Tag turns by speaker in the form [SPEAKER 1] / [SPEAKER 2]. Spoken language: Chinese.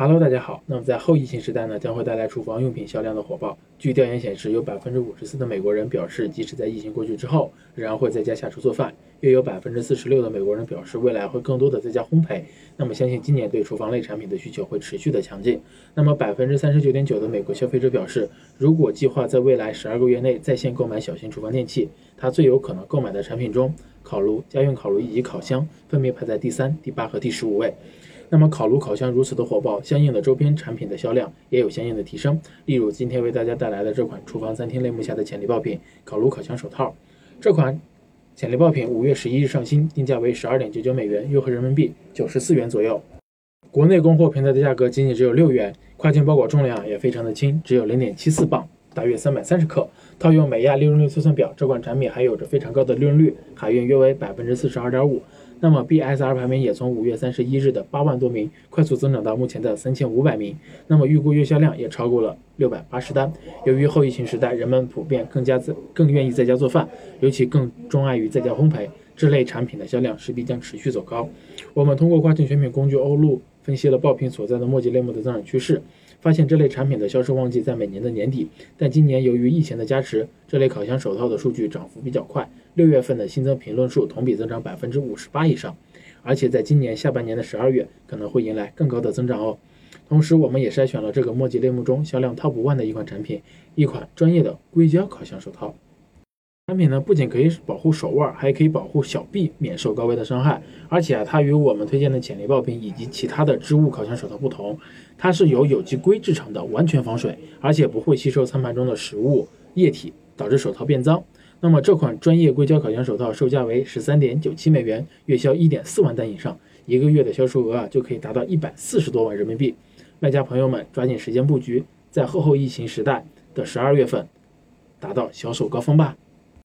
[SPEAKER 1] Hello，大家好。那么在后疫情时代呢，将会带来厨房用品销量的火爆。据调研显示，有54%的美国人表示，即使在疫情过去之后，仍然会在家下厨做饭；约有46%的美国人表示，未来会更多的在家烘焙。那么，相信今年对厨房类产品的需求会持续的强劲。那么39.9%的美国消费者表示，如果计划在未来12个月内在线购买小型厨房电器，他最有可能购买的产品中，烤炉、家用烤炉以及烤箱分别排在第3、第8和第15位。那么烤炉、烤箱如此的火爆，相应的周边产品的销量也有相应的提升。例如今天为大家带来的这款厨房餐厅类目下的潜力爆品——烤炉、烤箱手套。这款潜力爆品5月11日上新，定价为12.99美元，约合人民币94元左右。国内供货平台的价格仅仅只有6元，跨境包裹重量也非常的轻，只有0.74磅，大约330克。套用美亚利润率测算表，这款产品还有着非常高的利润率，海运约为42.5%。那么 BSR 排名也从5月31日的8万多名快速增长到目前的3500名，那么预估月销量也超过了680单。由于后疫情时代人们普遍更愿意在家做饭，尤其更钟爱于在家烘焙，这类产品的销量势必将持续走高。我们通过跨境选品工具欧路分析了爆品所在的墨迹类目的增长趋势，发现这类产品的销售旺季在每年的年底，但今年由于疫情的加持，这类烤箱手套的数据涨幅比较快，6月份的新增评论数同比增长58%以上，而且在今年下半年的12月可能会迎来更高的增长哦。同时，我们也筛选了这个墨迹类目中销量 TOP 1的一款产品，一款专业的硅胶烤箱手套。产品呢不仅可以保护手腕，还可以保护小臂免受高温的伤害。而且它与我们推荐的潜力爆品以及其他的织物烤箱手套不同，它是由有机硅制成的，完全防水，而且不会吸收餐盘中的食物液体，导致手套变脏。那么这款专业硅胶烤箱手套售价为13.97美元，月销1.4万单以上，一个月的销售额就可以达到140多万人民币。卖家朋友们抓紧时间布局，在后疫情时代的12月份达到销售高峰吧。